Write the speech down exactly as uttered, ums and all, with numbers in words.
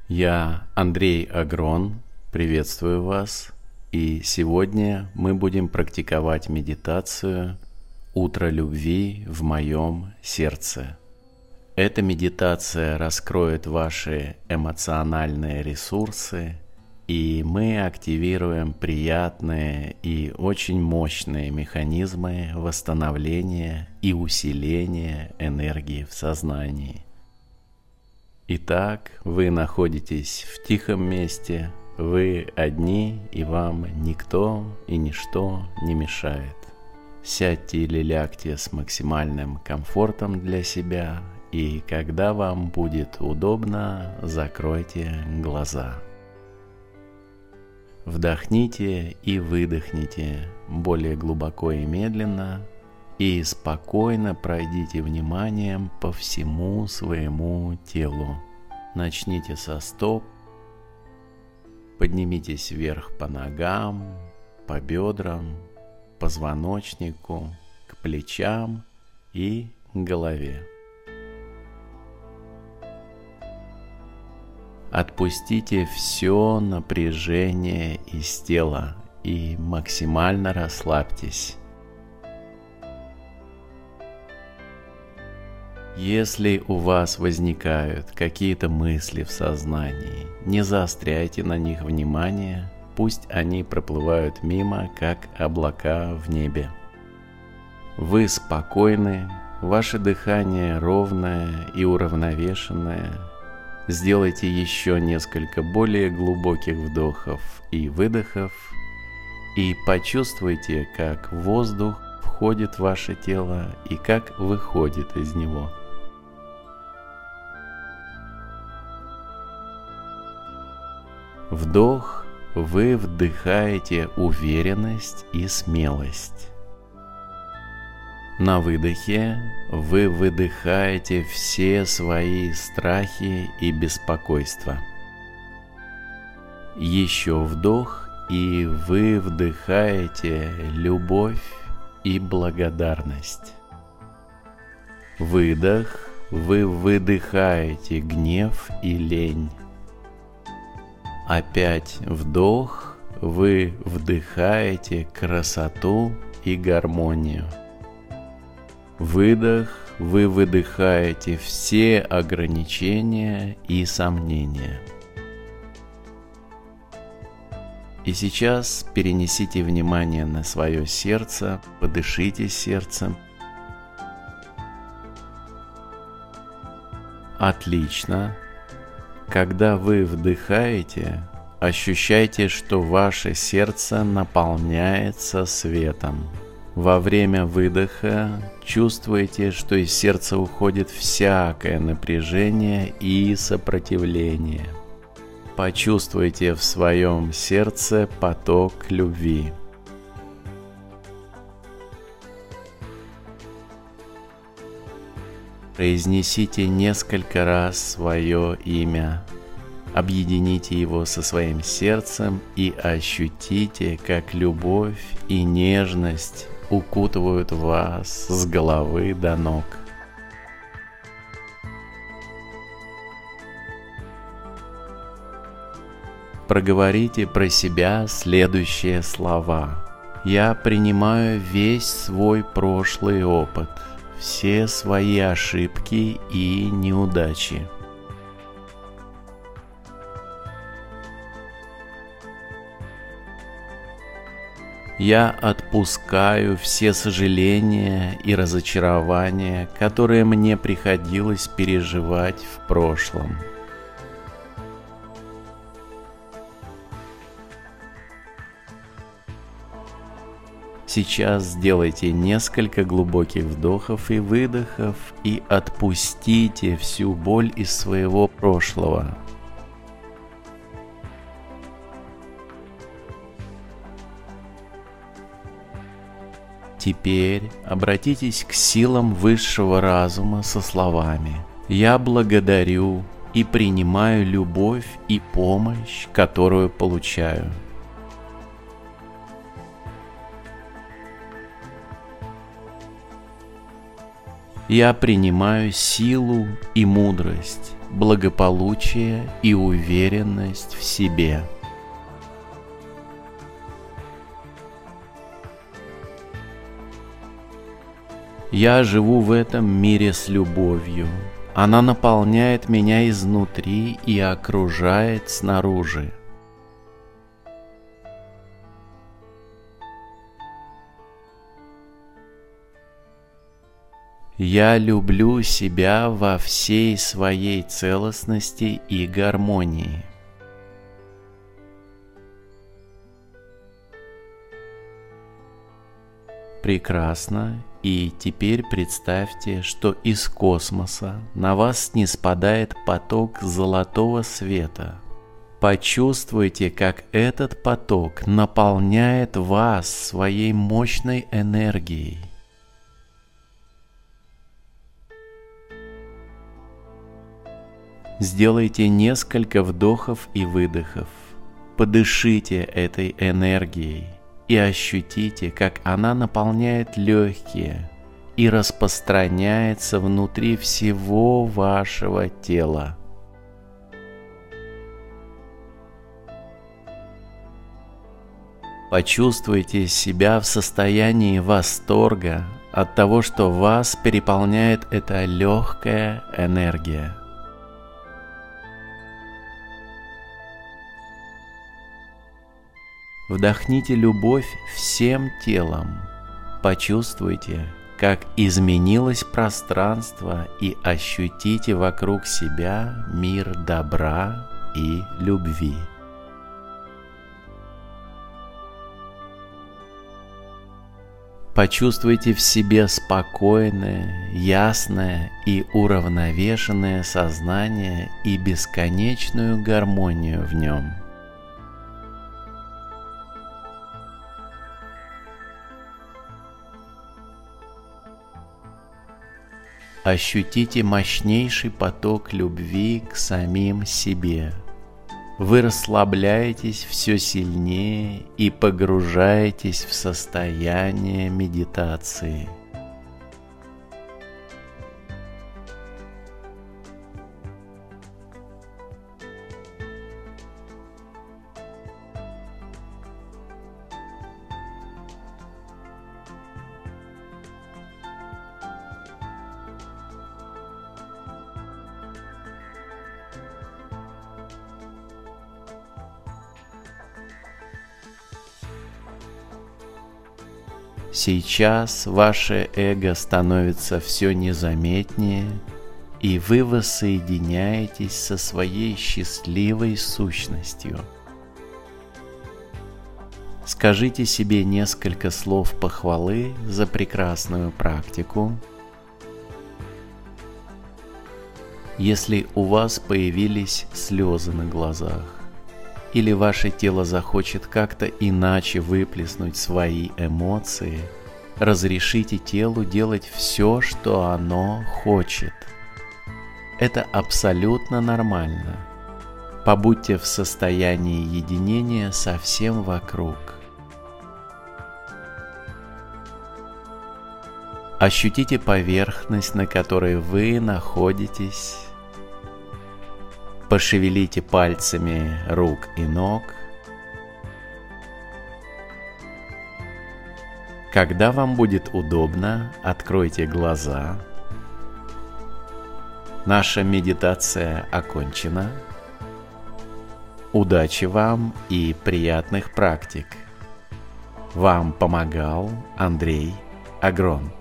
Я Андрей Агрон, приветствую вас, и сегодня мы будем практиковать медитацию «Утро любви в моем сердце». Эта медитация раскроет ваши эмоциональные ресурсы, и мы активируем приятные и очень мощные механизмы восстановления и усиления энергии в сознании. Итак, вы находитесь в тихом месте, вы одни, и вам никто и ничто не мешает. Сядьте или лягте с максимальным комфортом для себя, и когда вам будет удобно, закройте глаза. Вдохните и выдохните более глубоко и медленно, и спокойно пройдите вниманием по всему своему телу. Начните со стоп, поднимитесь вверх по ногам, по бедрам, позвоночнику, к плечам и голове. Отпустите все напряжение из тела и максимально расслабьтесь. Если у вас возникают какие-то мысли в сознании, не заостряйте на них внимание, пусть они проплывают мимо, как облака в небе. Вы спокойны, ваше дыхание ровное и уравновешенное. Сделайте еще несколько более глубоких вдохов и выдохов, и почувствуйте, как воздух входит в ваше тело и как выходит из него. Вдох, вы вдыхаете уверенность и смелость. На выдохе вы выдыхаете все свои страхи и беспокойства. Еще вдох, и вы вдыхаете любовь и благодарность. Выдох, вы выдыхаете гнев и лень. Опять вдох, вы вдыхаете красоту и гармонию. Выдох, вы выдыхаете все ограничения и сомнения. И сейчас перенесите внимание на свое сердце, подышите сердцем. Отлично. Когда вы вдыхаете, ощущайте, что ваше сердце наполняется светом. Во время выдоха чувствуйте, что из сердца уходит всякое напряжение и сопротивление. Почувствуйте в своем сердце поток любви. Произнесите несколько раз свое имя. Объедините его со своим сердцем и ощутите, как любовь и нежность укутывают вас с головы до ног. Проговорите про себя следующие слова. Я принимаю весь свой прошлый опыт, все свои ошибки и неудачи. Я отпускаю все сожаления и разочарования, которые мне приходилось переживать в прошлом. Сейчас сделайте несколько глубоких вдохов и выдохов и отпустите всю боль из своего прошлого. Теперь обратитесь к силам высшего разума со словами: «Я благодарю и принимаю любовь и помощь, которую получаю». Я принимаю силу и мудрость, благополучие и уверенность в себе. Я живу в этом мире с любовью. Она наполняет меня изнутри и окружает снаружи. Я люблю себя во всей своей целостности и гармонии. Прекрасно. И теперь представьте, что из космоса на вас ниспадает поток золотого света. Почувствуйте, как этот поток наполняет вас своей мощной энергией. Сделайте несколько вдохов и выдохов. Подышите этой энергией и ощутите, как она наполняет легкие и распространяется внутри всего вашего тела. Почувствуйте себя в состоянии восторга от того, что вас переполняет эта легкая энергия. Вдохните любовь всем телом. Почувствуйте, как изменилось пространство, и ощутите вокруг себя мир добра и любви. Почувствуйте в себе спокойное, ясное и уравновешенное сознание и бесконечную гармонию в нем. Ощутите мощнейший поток любви к самим себе. Вы расслабляетесь все сильнее и погружаетесь в состояние медитации. Сейчас ваше эго становится все незаметнее, и вы воссоединяетесь со своей счастливой сущностью. Скажите себе несколько слов похвалы за прекрасную практику. Если у вас появились слезы на глазах, или ваше тело захочет как-то иначе выплеснуть свои эмоции, разрешите телу делать все, что оно хочет. Это абсолютно нормально. Побудьте в состоянии единения со всем вокруг. Ощутите поверхность, на которой вы находитесь. Пошевелите пальцами рук и ног. Когда вам будет удобно, откройте глаза. Наша медитация окончена. Удачи вам и приятных практик. Вам помогал Андрей Агрон.